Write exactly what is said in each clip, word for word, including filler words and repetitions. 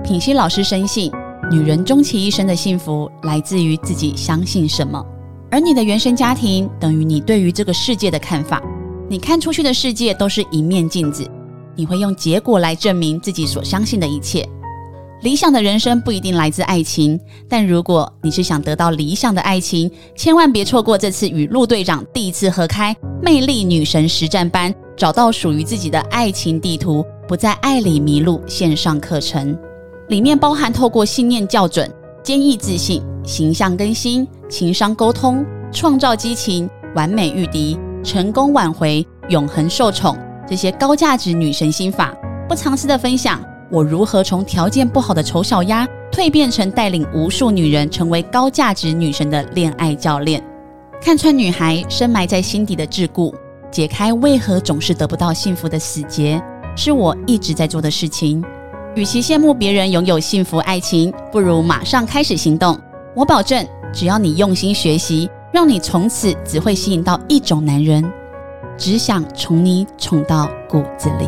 品熙老师深信，女人终其一生的幸福来自于自己相信什么，而你的原生家庭等于你对于这个世界的看法。你看出去的世界都是一面镜子，你会用结果来证明自己所相信的一切。理想的人生不一定来自爱情，但如果你是想得到理想的爱情，千万别错过这次与陆队长第一次合开魅力女神实战班，找到属于自己的爱情地图，不在爱里迷路线上课程。里面包含透过信念校准、坚毅自信、形象更新、情商沟通、创造激情、完美御敌、成功挽回、永恒受宠这些高价值女神心法，不藏私的分享我如何从条件不好的丑小鸭蜕变成带领无数女人成为高价值女神的恋爱教练，看穿女孩深埋在心底的桎梏，解开为何总是得不到幸福的死结，是我一直在做的事情。与其羡慕别人拥有幸福爱情，不如马上开始行动。我保证，只要你用心学习，让你从此只会吸引到一种男人，只想从你宠到骨子里。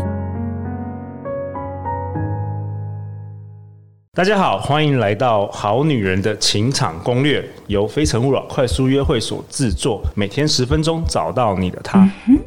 大家好，欢迎来到好女人的情场攻略，由非诚勿扰快速约会所制作，每天十分钟，找到你的他。嗯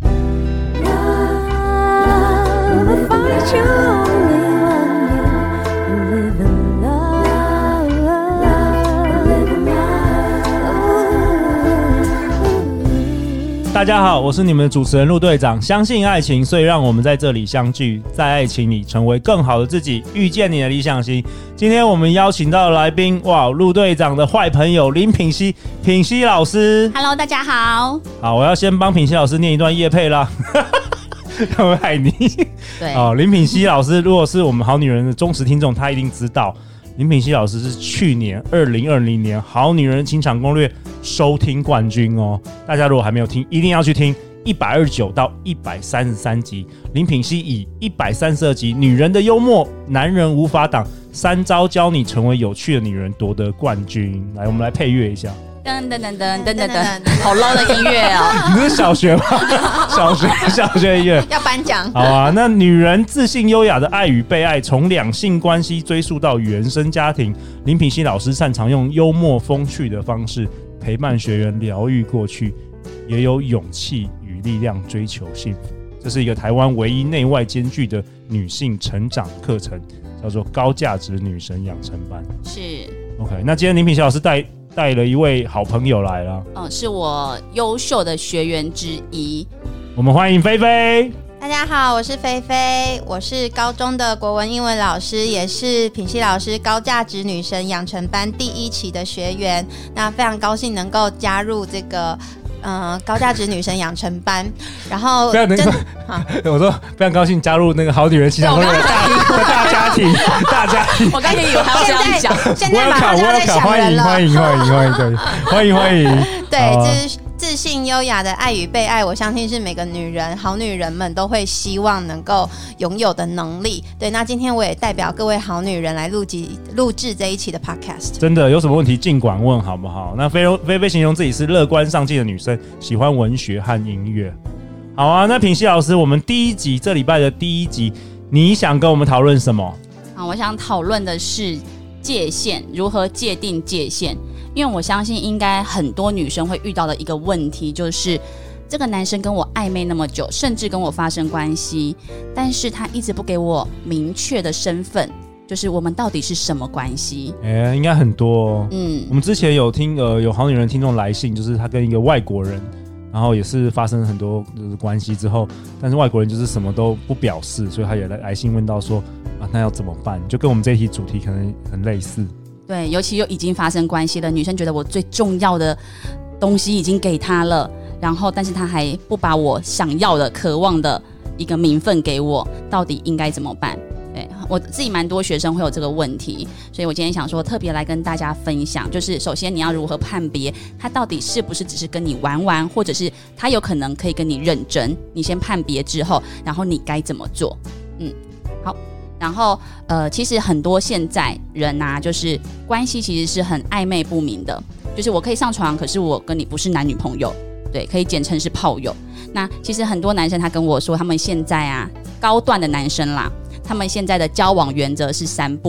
大家好，我是你们的主持人陆队长。相信爱情，所以让我们在这里相聚，在爱情里成为更好的自己，遇见你的理想型。今天我们邀请到的来宾，哇，陆队长的坏朋友林品熙，品熙老师。 Hello， 大家好。 好，我要先帮品熙老师念一段业配啦。我爱你。 对， 哦，林品熙老师，如果是我们好女人的忠实听众，他一定知道。林品熙老师是去年二零二零年《好女人情场攻略》收听冠军哦，大家如果还没有听，一定要去听一百二十九到一百三十三集。林品熙以一百三十二集《女人的幽默，男人无法挡》三招教你成为有趣的女人夺得冠军。来，我们来配乐一下。 噔噔噔噔噔噔噔，好 low 的音乐哦！ 你是小学吗？小学小学音乐要颁奖。 好啊，那女人自信优雅的爱与被爱，从两性关系追溯到原生家庭，林品熙老师擅长用幽默风趣的方式陪伴学员疗愈过去，也有勇气与力量追求幸福。这是一个台湾唯一内外兼具的女性成长课程，叫做高价值女神养成班。 是 OK， 那今天林品熙老师带带了一位好朋友来了， 嗯，是我优秀的学员之一。 我们欢迎菲菲。 大家好，我是菲菲，我是高中的国文英文老师，也是品熙老师高价值女神养成班第一期的学员。那非常高兴能够加入这个呃高价值女神养成班，然后非常能够，我说非常高兴加入那个好女人情场攻略的大家庭，大家庭。 我刚才以为还要这样讲， 现在马上就要在想人了。 欢迎欢迎欢迎欢迎，对，欢迎欢迎。 对，这是自信优雅的爱与被爱，我相信是每个女人、好女人们都会希望能够拥有的能力。对，那今天我也代表各位好女人来录集录制这一期的 podcast。 真的有什么问题尽管问，好不好？那菲菲菲形容自己是乐观上进的女生，喜欢文学和音乐。好啊，那品熙老师，我们第一集这礼拜的第一集，你想跟我们讨论什么？ 啊，我想讨论的是界限，如何界定界限。因为我相信应该很多女生会遇到的一个问题，就是这个男生跟我暧昧那么久，甚至跟我发生关系，但是他一直不给我明确的身份，就是我们到底是什么关系？ 哎、欸，应该很多哦。 嗯， 我们之前有听呃有好女人听众来信，就是他跟一个外国人，然后也是发生很多就是关系之后，但是外国人就是什么都不表示，所以他也来信问到说啊，那要怎么办？就跟我们这一题主题可能很类似。 对，尤其又已经发生关系了，女生觉得我最重要的东西已经给他了，然后但是他还不把我想要的、渴望的一个名分给我，到底应该怎么办？对，我自己蛮多学生会有这个问题，所以我今天想说特别来跟大家分享，就是首先你要如何判别他到底是不是只是跟你玩玩，或者是他有可能可以跟你认真，你先判别之后，然后你该怎么做？嗯，好。然后呃，其实很多现在人啊，就是关系其实是很暧昧不明的，就是我可以上床，可是我跟你不是男女朋友，对，可以简称是炮友。那其实很多男生他跟我说，他们现在啊，高段的男生啦，他们现在的交往原则是三不。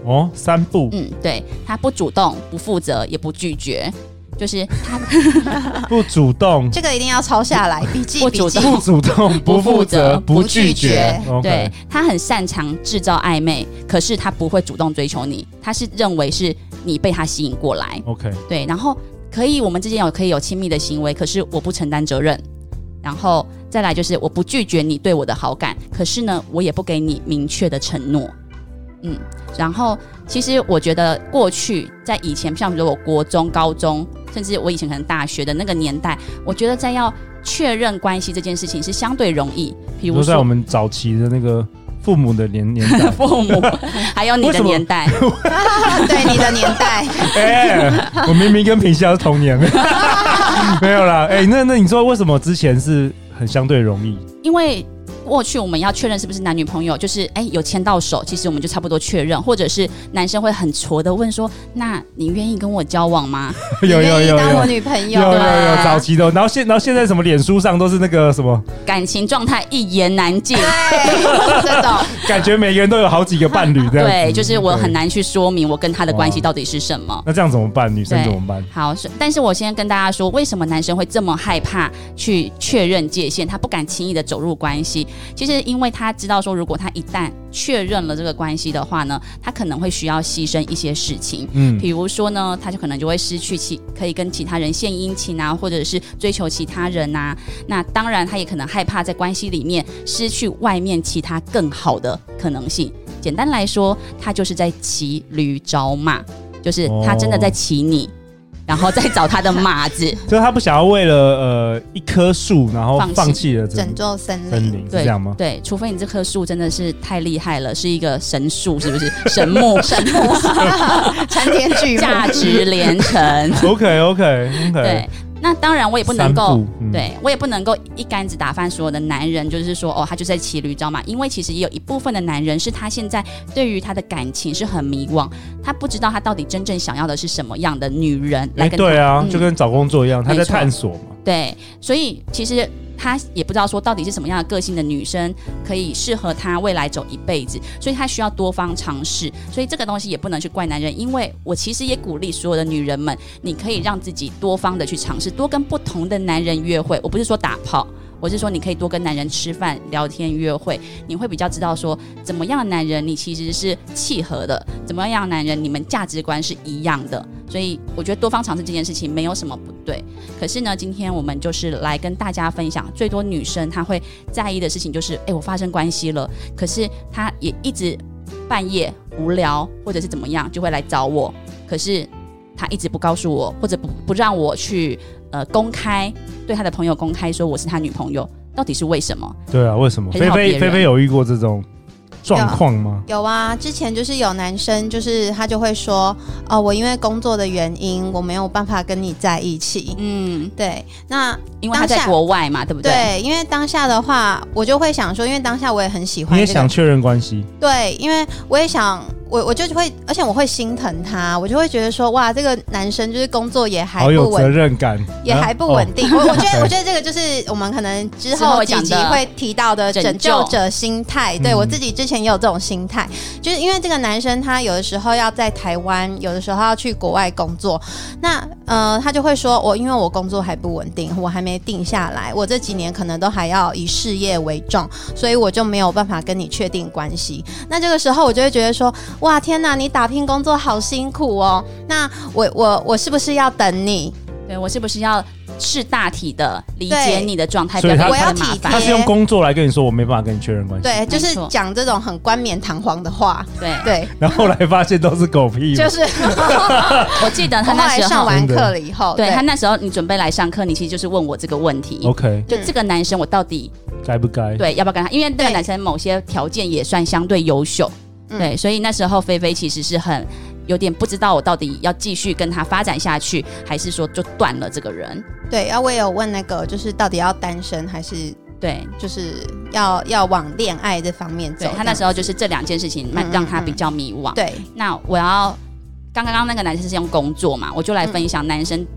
哦，三不， 嗯，对，他不主动、不负责，也不拒绝。就是他不主动， 这个一定要抄下来，笔记不主动不主动，不负责，不拒绝。 对，他很擅长制造暧昧，可是他不会主动追求你，他是认为是你被他吸引过来。 OK， 对，然后可以我们之间有可以有亲密的行为，可是我不承担责任。然后再来就是我不拒绝你对我的好感，可是呢，我也不给你明确的承诺。嗯，然后其实我觉得过去在以前，像比如我国中、高中，甚至我以前可能大学的那个年代，我觉得在要确认关系这件事情是相对容易。比如说在我们早期的那个父母的年年代， 父母还有你的年代， 对你的年代。 哎、欸，我明明跟平西是同年，没有啦。哎、欸，那那你说为什么之前是很相对容易？ 因为过去我们要确认是不是男女朋友，就是哎、欸、有牵到手，其实我们就差不多确认，或者是男生会很挫的问说：“那你愿意跟我交往吗？” 有有有有， 当我女朋友， 有有有早期的，然后现然后现在什么脸书上都是那个什么感情状态一言难尽， 这种感觉每个人都有好几个伴侣这样子。 对，就是我很难去说明我跟他的关系到底是什么。 那这样怎么办？女生怎么办？ 好，但是我先跟大家说，为什么男生会这么害怕去确认界限，他不敢轻易的走入关系。其实因为他知道说，如果他一旦确认了这个关系的话呢，他可能会需要牺牲一些事情，嗯，比如说呢，他就可能就会失去其可以跟其他人献殷勤啊，或者是追求其他人啊。那当然，他也可能害怕在关系里面失去外面其他更好的可能性。简单来说，他就是在骑驴找马，就是他真的在骑你。哦，然后再找他的马子， 就是他不想要为了呃一棵树，然后放弃了整座森林， 森林是这样吗？ 对，除非你这棵树真的是太厉害了，是一个神树，是不是？神木， 神木，参天巨木， 价值连城。 OK OK OK。 对。那当然，我也不能够， 嗯、 对我也不能够一竿子打翻所有的男人，就是说，哦，他就在骑驴找马。因为其实也有一部分的男人是他现在对于他的感情是很迷惘，他不知道他到底真正想要的是什么样的女人来跟他。 欸、对啊、 嗯， 就跟找工作一样，他在探索嘛。 对，所以其实他也不知道说到底是什么样的个性的女生可以适合他未来走一辈子，所以他需要多方尝试。所以这个东西也不能去怪男人，因为我其实也鼓励所有的女人们，你可以让自己多方的去尝试，多跟不同的男人约会。我不是说打炮，我是说你可以多跟男人吃饭、聊天、约会，你会比较知道说怎么样的男人你其实是契合的，怎么样的男人你们价值观是一样的。所以我觉得多方尝试这件事情没有什么不对。可是呢，今天我们就是来跟大家分享，最多女生她会在意的事情就是，哎、欸，我发生关系了，可是她也一直半夜无聊或者是怎么样就会来找我，可是她一直不告诉我，或者不不让我去呃公开对她的朋友公开说我是她女朋友，到底是为什么？ 对啊，为什么？菲菲菲菲有遇过这种状况吗？ 有, 有啊，之前就是有男生，就是他就会说，哦，我因为工作的原因，我没有办法跟你在一起。嗯，对，那因为他在国外嘛，对不对？ 对，因为当下的话，我就会想说，因为当下我也很喜欢、这个， 你也想确认关系。 对，因为我也想。我我就会，而且我会心疼他，我就会觉得说，哇，这个男生就是工作也还不稳， 好有责任感， 也还不稳定。啊哦、我我觉得，我觉得这个就是我们可能之后几集会提到的拯救者心态。对、嗯、我自己之前也有这种心态，就是因为这个男生他有的时候要在台湾，有的时候要去国外工作，那呃他就会说，我因为我工作还不稳定，我还没定下来，我这几年可能都还要以事业为重，所以我就没有办法跟你确定关系。那这个时候我就会觉得说，哇天哪，你打拼工作好辛苦哦，那我我我是不是要等你？ 对，我是不是要是大体的理解你的状态？ 所以他我要体贴， 他是用工作来跟你说我没办法跟你确认关系。 对，就是讲这种很冠冕堂皇的话。 对对， 然后后来发现都是狗屁。 就是我记得他那时候上完课了以后， 对他那时候你准备来上课，你其实就是问我这个问题。 OK， 就这个男生我到底该不该？ 对，要不要跟他？因为这个男生某些条件也算相对优秀。对，所以那时候菲菲其实是很有点不知道我到底要继续跟他发展下去，还是说就断了这个人。 对，然后我也有问那个，就是到底要单身还是对， 就是要要往恋爱这方面走。 对，他那时候就是这两件事情让他比较迷惘。 对， 那我要刚刚那个男生是用工作嘛，我就来分享男生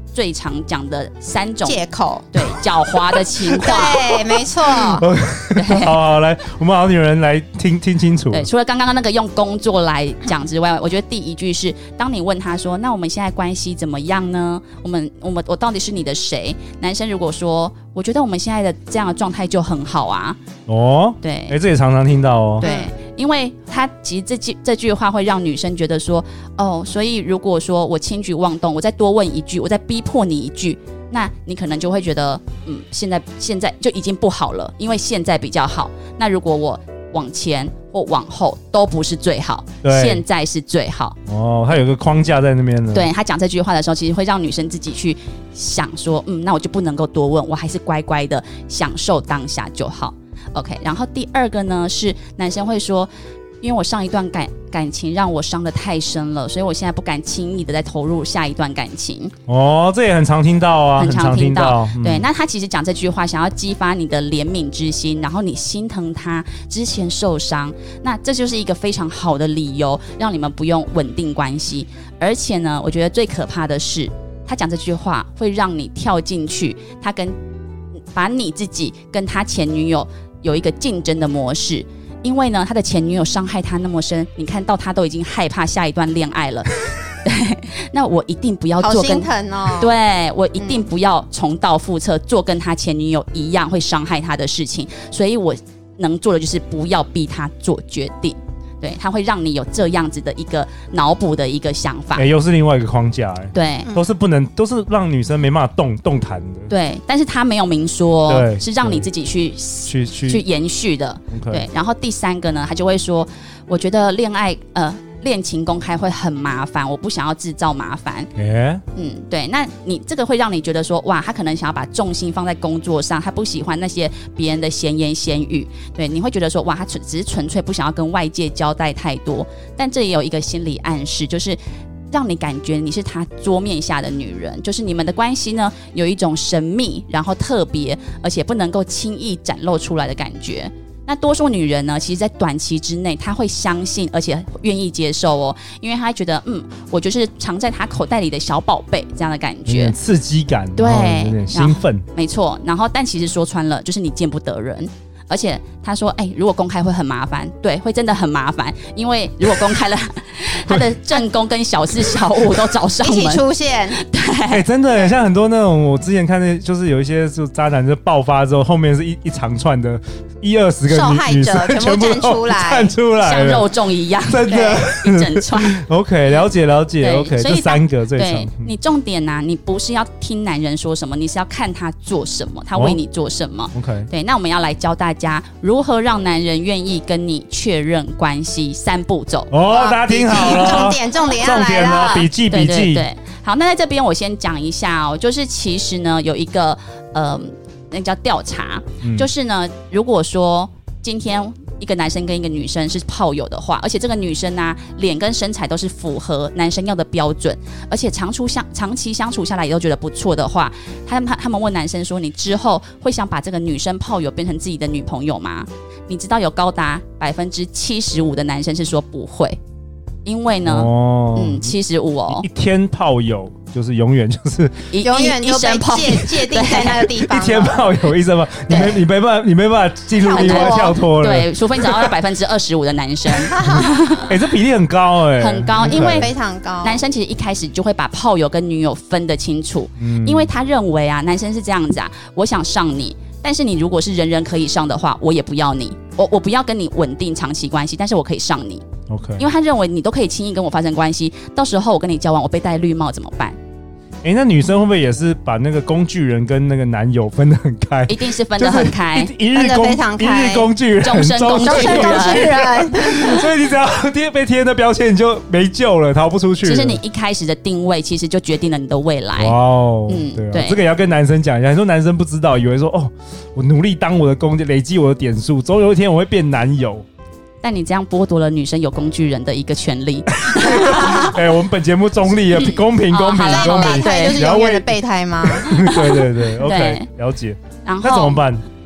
最常讲的三种借口， 对狡猾的情话。 对，没错。 好好来，我们好女人来听听清楚。 对，除了刚刚那个用工作来讲之外，我觉得第一句是，当你问他说：“那我们现在关系怎么样呢？我们我们我到底是你的谁？”男生如果说：“我觉得我们现在的这样的状态就很好啊。” 哦， 对， 哎、欸，这也常常听到哦。 对。因为他其实这句这句话会让女生觉得说，哦，所以如果说我轻举妄动，我再多问一句，我再逼迫你一句，那你可能就会觉得，嗯，现在现在就已经不好了，因为现在比较好。那如果我往前或往后都不是最好，现在是最好。 哦，他有个框架在那边呢。 对，他讲这句话的时候，其实会让女生自己去想说，嗯，那我就不能够多问，我还是乖乖的享受当下就好。OK， 然后第二个呢是男生会说，因为我上一段感感情让我伤得太深了，所以我现在不敢轻易的再投入下一段感情。 哦，这也很常听到啊， 很常听到。 很常听到对、 嗯， 那他其实讲这句话，想要激发你的怜悯之心，然后你心疼他之前受伤，那这就是一个非常好的理由，让你们不用稳定关系。而且呢，我觉得最可怕的是，他讲这句话会让你跳进去，他跟把你自己跟他前女友有一个竞争的模式，因为呢，他的前女友伤害他那么深，你看到他都已经害怕下一段恋爱了。对，那我一定不要做跟好心疼哦。 对，我一定不要重蹈覆辙，做跟他前女友一样会伤害他的事情，所以我能做的就是不要逼他做决定。对，他会让你有这样子的一个脑补的一个想法。 哎、欸，又是另外一个框架、欸，哎， 对， 都是不能，都是让女生没办法动动弹的。 对，但是他没有明说， 对， 是让你自己去去去去延续的。 Okay. 对，然后第三个呢，他就会说，我觉得恋爱呃。恋情公开会很麻烦，我不想要制造麻烦。 欸、 嗯，对，那你这个会让你觉得说，哇，他可能想要把重心放在工作上，他不喜欢那些别人的闲言闲语。对，你会觉得说，哇，他只是纯粹不想要跟外界交代太多。但这也有一个心理暗示，就是让你感觉你是他桌面下的女人，就是你们的关系呢有一种神秘，然后特别，而且不能够轻易展露出来的感觉。那多数女人呢，其实在短期之内，她会相信，而且愿意接受哦，因为她觉得，嗯，我就是藏在她口袋里的小宝贝这样的感觉， 有点刺激感， 对， 有点兴奋， 没错。然后，但其实说穿了，就是你见不得人。而且他说，哎、欸，如果公开会很麻烦，对，会真的很麻烦，因为如果公开了，他的正宫跟小四小五都找上门， 一起出现， 对， 哎、欸，真的像很多那种，我之前看的，就是有一些就渣男就爆发之后，后面是一一长串的，一二十个受害者全部站出来， 站出来， 像肉粽一样， 真的， 一整串。 OK， 了解了解 ，OK， 这三个最常。 对，你重点啊，你不是要听男人说什么，你是要看他做什么，他为你做什么。 哦、OK， 对，那我们要来教大家如何让男人愿意跟你确认关系三步骤。 哦，大家听好了， 重点重点要来了， 笔记笔记。 对对对，好，那在这边我先讲一下哦，就是其实呢有一个呃，那叫调查、嗯，就是呢，如果说今天一个男生跟一个女生是炮友的话，而且这个女生呢、啊、脸跟身材都是符合男生要的标准，而且长处相长期相处下来也都觉得不错的话，他们他们问男生说，你之后会想把这个女生炮友变成自己的女朋友吗？你知道有高达百分之七十五的男生是说不会，因为呢，哦、嗯，七十五哦， 一天炮友就是永远就是永远就被界界定在那个地方， 一天炮友一生炮，你没你没办法你没办法进入另外跳脱了， 对，除非你找到百分之二十五的男生， 哎、欸，这比例很高哎、欸， 很高，因为非常高。 男生其实一开始就会把炮友跟女友分得清楚，嗯、因为他认为啊，男生是这样子啊，我想上你。但是你如果是人人可以上的话，我也不要你，我我不要跟你稳定长期关系，但是我可以上你 ，OK， 因为他认为你都可以轻易跟我发生关系，到时候我跟你交往，我被戴绿帽怎么办？ 哎、欸，那女生会不会也是把那个工具人跟那个男友分得很开？ 一定是分得很开， 就是、一, 一日工一日工具人， 终身工具人， 所以你只要贴被贴的标签，你就没救了，逃不出去了。 其实你一开始的定位，其实就决定了你的未来。 哇哦，嗯，对、啊，对，这个也要跟男生讲一下。很多男生不知道，以为说哦，我努力当我的工具，累积我的点数，总有一天我会变男友。 但你这样剥夺了女生有工具人的一个权利。 哎、欸，我们本节目中立啊，公平公平、哦、公平。 对，就是永远的备胎吗？ 对对对 ，OK， 了解。 然后那怎么办？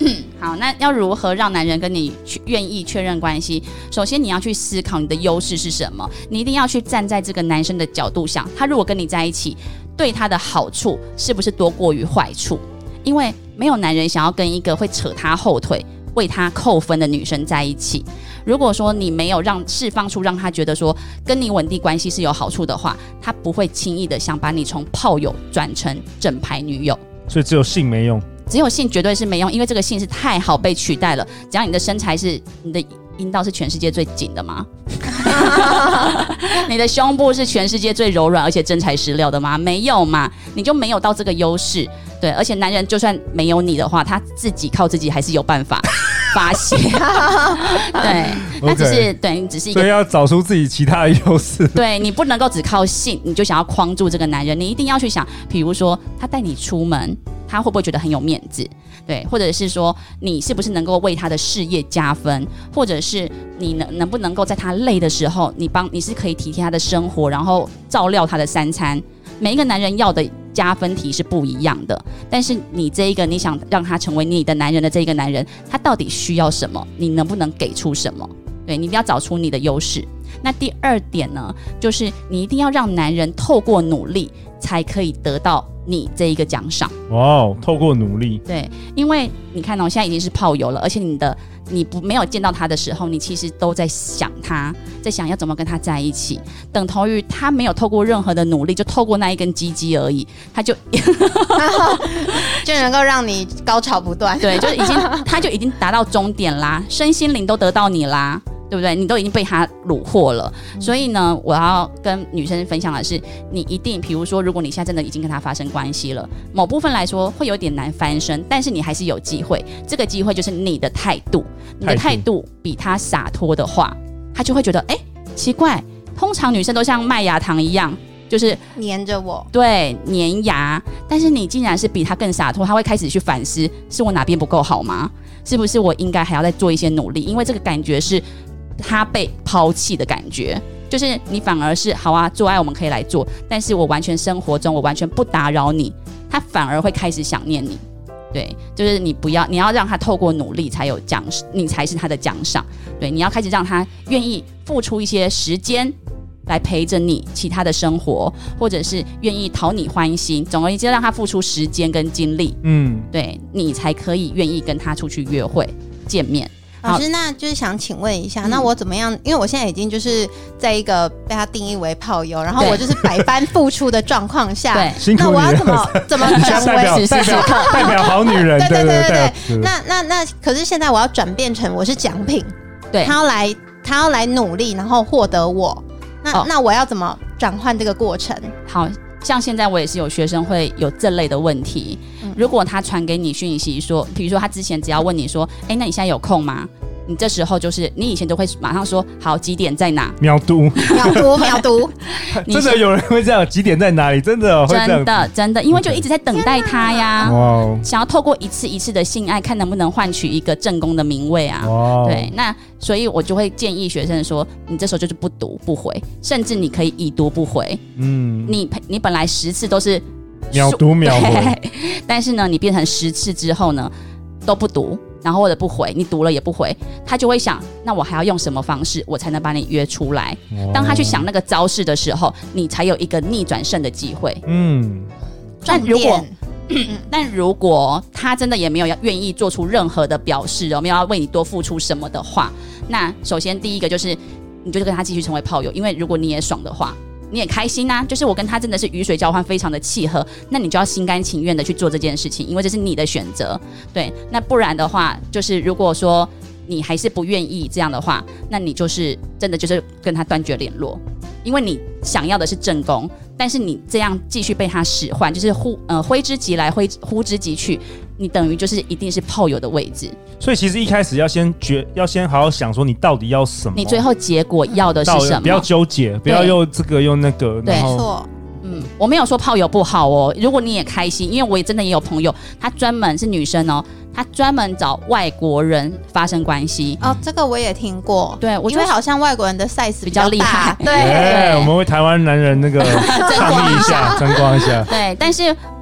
好，那要如何让男人跟你愿意确认关系？首先你要去思考你的优势是什么，你一定要去站在这个男生的角度想，他如果跟你在一起，对他的好处是不是多过于坏处？因为没有男人想要跟一个会扯他后腿、为他扣分的女生在一起。如果说你没有让释放出让他觉得说跟你稳定关系是有好处的话，他不会轻易的想把你从炮友转成正牌女友。 所以只有性没用， 只有性绝对是没用，因为这个性是太好被取代了。只要你的身材是你的阴道是全世界最紧的吗？你的胸部是全世界最柔软而且真材实料的吗？没有嘛，你就没有到这个优势。对，而且男人就算没有你的话，他自己靠自己还是有办法发泄。对，那只是、okay. 对你只是一个， 所以要找出自己其他的优势。 对，你不能够只靠性，你就想要框住这个男人，你一定要去想，比如说他带你出门，他会不会觉得很有面子？对，或者是说你是不是能够为他的事业加分，或者是你能能不能够在他累的时候，你帮你是可以体贴他的生活，然后照料他的三餐。每一个男人要的加分题是不一样的，但是你这一个你想让他成为你的男人的这一个男人，他到底需要什么？你能不能给出什么？对，你一定要找出你的优势。那第二点呢，就是你一定要让男人透过努力才可以得到你这一个奖赏。 哇，透过努力。 对，因为你看哦，现在已经是炮友了，而且你的你不没有见到他的时候，你其实都在想他，在想要怎么跟他在一起，等同于他没有透过任何的努力，就透过那一根鸡鸡而已，他就就能够让你高潮不断。 对，就已经他就已经达到终点啦，身心灵都得到你啦。对不对？你都已经被他虏获了，嗯、所以呢，我要跟女生分享的是，你一定，比如说，如果你现在真的已经跟他发生关系了，某部分来说会有点难翻身，但是你还是有机会。这个机会就是你的态度，你的态度比他洒脱的话，他就会觉得，哎，奇怪，通常女生都像麦芽糖一样，就是黏着我， 对，黏牙。但是你竟然是比他更洒脱，他会开始去反思，是我哪边不够好吗？是不是我应该还要再做一些努力？因为这个感觉是。他被抛弃的感觉，就是你反而是好啊，做爱我们可以来做，但是我完全生活中我完全不打扰你，他反而会开始想念你。对，就是你不要，你要让他透过努力才有奖，你才是他的奖赏。对，你要开始让他愿意付出一些时间来陪着你其他的生活，或者是愿意讨你欢心。总而言之，让他付出时间跟精力，嗯，对你才可以愿意跟他出去约会见面。 老师，那就是想请问一下，嗯、那我怎么样？因为我现在已经就是在一个被他定义为炮友，然后我就是百般付出的状况下， 对， 那我要怎么怎么成为代表代表好女人？ 对对对对对。那那那，可是现在我要转变成我是奖品， 对， 他要来他要来努力，然后获得我。那、哦、那我要怎么转换这个过程？ 好。像现在我也是有学生会有这类的问题，嗯、如果他传给你讯息说，比如说他之前只要问你说，哎，那你现在有空吗？你这时候就是你以前都会马上说好几点在哪， 秒读秒读秒读， 真的有人会这样，几点在哪里？真的、哦、会这样， 真的真的，因为就一直在等待他呀，想要透过一次一次的性爱，看能不能换取一个正宫的名位啊。对，那所以我就会建议学生说，你这时候就是不读不回，甚至你可以已读不回。嗯，你你本来十次都是秒读秒回， 但是呢，你变成十次之后呢，都不读。然后或者不回，你读了也不回，他就会想，那我还要用什么方式，我才能把你约出来？哦、当他去想那个招式的时候，你才有一个逆转胜的机会。嗯，但如果，但如果他真的也没有要愿意做出任何的表示，有没有要为你多付出什么的话，那首先第一个就是，你就跟他继续成为炮友，因为如果你也爽的话。你也开心啊，就是我跟他真的是雨水交换，非常的契合，那你就要心甘情愿的去做这件事情，因为这是你的选择。对，那不然的话，就是如果说你还是不愿意这样的话，那你就是真的就是跟他断绝联络，因为你想要的是正宫，但是你这样继续被他使唤，就是呼呃挥之即来，挥呼之即去，你等于就是一定是炮友的位置。 所以其实一开始要先决，要先好好想说你到底要什么， 你最后结果要的是什么， 不要纠结，不要用这个用那个。 没错， 嗯，我没有说炮友不好哦，如果你也开心，因为我也真的也有朋友，他专门是女生哦，他专门找外国人发生关系。 哦，这个我也听过。 对，我因为好像外国人的 size 比较厉害。 对， 我们为台湾男人那个倡议一下，争光一下。 对，但是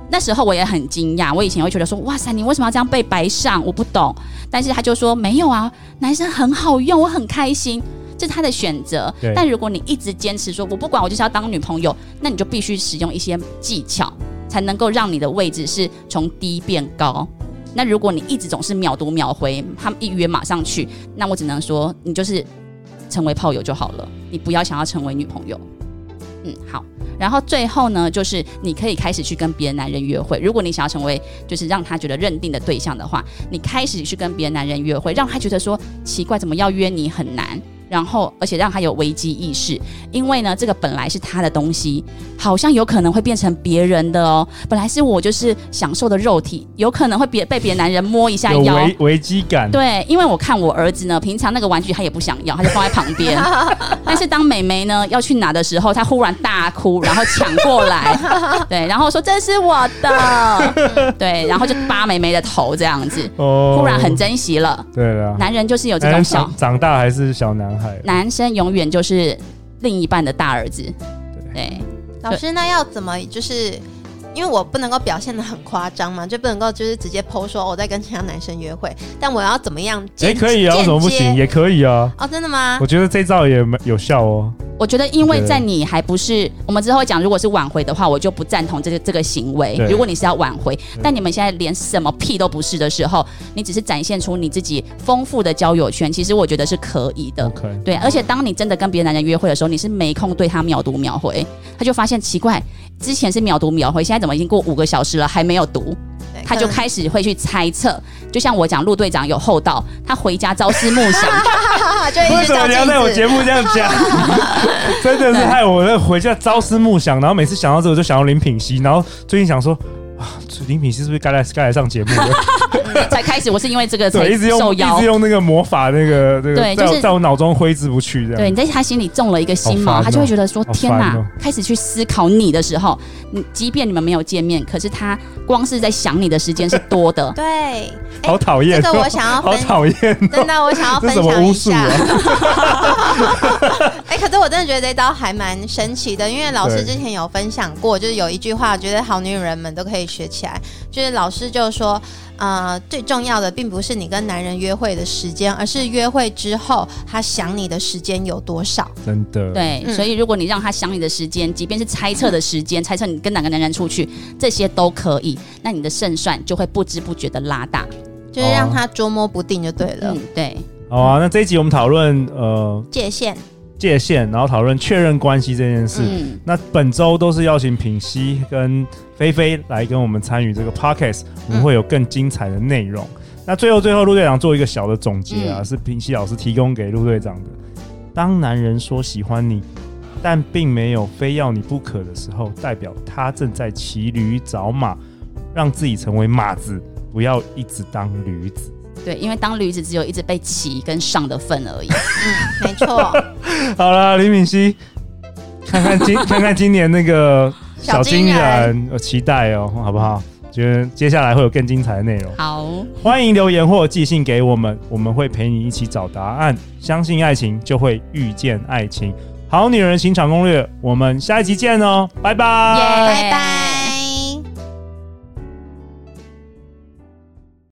那时候我也很惊讶，我以前会觉得说，哇塞，你为什么要这样被白上？我不懂。但是他就说没有啊，男生很好用，我很开心，这是他的选择。但如果你一直坚持说我不管，我就是要当女朋友，那你就必须使用一些技巧，才能够让你的位置是从低变高。那如果你一直总是秒读秒回，他们一约马上去，那我只能说你就是成为炮友就好了，你不要想要成为女朋友。嗯，好。然后最后呢，就是你可以开始去跟别的男人约会。如果你想要成为就是让他觉得认定的对象的话，你开始去跟别的男人约会，让他觉得说奇怪，怎么要约你很难。然后而且让他有危机意识，因为呢这个本来是他的东西，好像有可能会变成别人的哦。本来是我就是享受的肉体，有可能会别被别的男人摸一下腰， 有危危机感。 对，因为我看我儿子呢，平常那个玩具他也不想要，他就放在旁边。但是当妹妹呢要去拿的时候，他忽然大哭，然后抢过来，对，然后说这是我的，对，然后就扒妹妹的头这样子，哦、忽然很珍惜了。 对了， 男人就是有这种小长大还是小男孩。 男生永远就是另一半的大儿子。对， 老师，那要怎么就是因为我不能够表现得很夸张嘛，就不能够就是直接 po 说我在跟其他男生约会，但我要怎么样？哎、欸， 可以啊，为什么不行？也可以啊。 哦，真的吗？ 我觉得这招也有效哦。 我觉得，因为在你还不是，我们之后讲，如果是挽回的话，我就不赞同这个这个行为。如果你是要挽回，但你们现在连什么屁都不是的时候，你只是展现出你自己丰富的交友圈，其实我觉得是可以的。 Okay. 对，而且当你真的跟别的男人约会的时候，你是没空对他秒读秒回，他就发现奇怪，之前是秒读秒回，现在怎么已经过五个小时了还没有读？他就开始会去猜测，就像我讲陆队长有厚道，他回家朝思暮想。 为什么你要在我节目这样讲？真的是害我回家朝思暮想，然后每次想到这个就想到林品熙，然后最近想说啊，林品熙是不是该来该来上节目了？ 才开始，我是因为这个才一直用一直用那个魔法那个那个， 对， 在、 就是、 在我脑中挥之不去这样。 对，你在他心里中了一个心锚、哦，他就会觉得说：天哪！哦、开始去思考你的时候，你即便你们没有见面，可是他光是在想你的时间是多的。 对， 好讨厌、哦， 这个我想要分， 好讨厌、哦， 真的，我想要分享一下。哎、 啊欸，可是我真的觉得这招还蛮神奇的，因为老师之前有分享过，就是有一句话，我觉得好女人们都可以学起来，就是老师就说。呃，最重要的并不是你跟男人约会的时间，而是约会之后他想你的时间有多少。 真的， 对、嗯，所以如果你让他想你的时间，即便是猜测的时间，猜测你跟哪个男人出去，这些都可以，那你的胜算就会不知不觉的拉大， 就是让他捉摸不定就对了。 嗯，对。 好啊，那这一集我们讨论呃界限。 界限，然后讨论确认关系这件事、嗯。那本周都是邀请品熙跟菲菲来跟我们参与这个 podcast， 我们会有更精彩的内容、嗯。那最后最后，陆队长做一个小的总结啊、嗯，是品熙老师提供给陆队长的。当男人说喜欢你，但并没有非要你不可的时候，代表他正在骑驴找马，让自己成为马子，不要一直当驴子。 对，因为当驴子只有一直被骑跟上的份而已。 嗯，没错。 好了，林品熙，看看今看看今年那个小金人，我期待哦，好不好？觉得接下来会有更精彩的内容。 好， 欢迎留言或寄信给我们，我们会陪你一起找答案。相信爱情，就会遇见爱情。好女人情场攻略，我们下一集见哦，拜拜， yeah, 拜拜。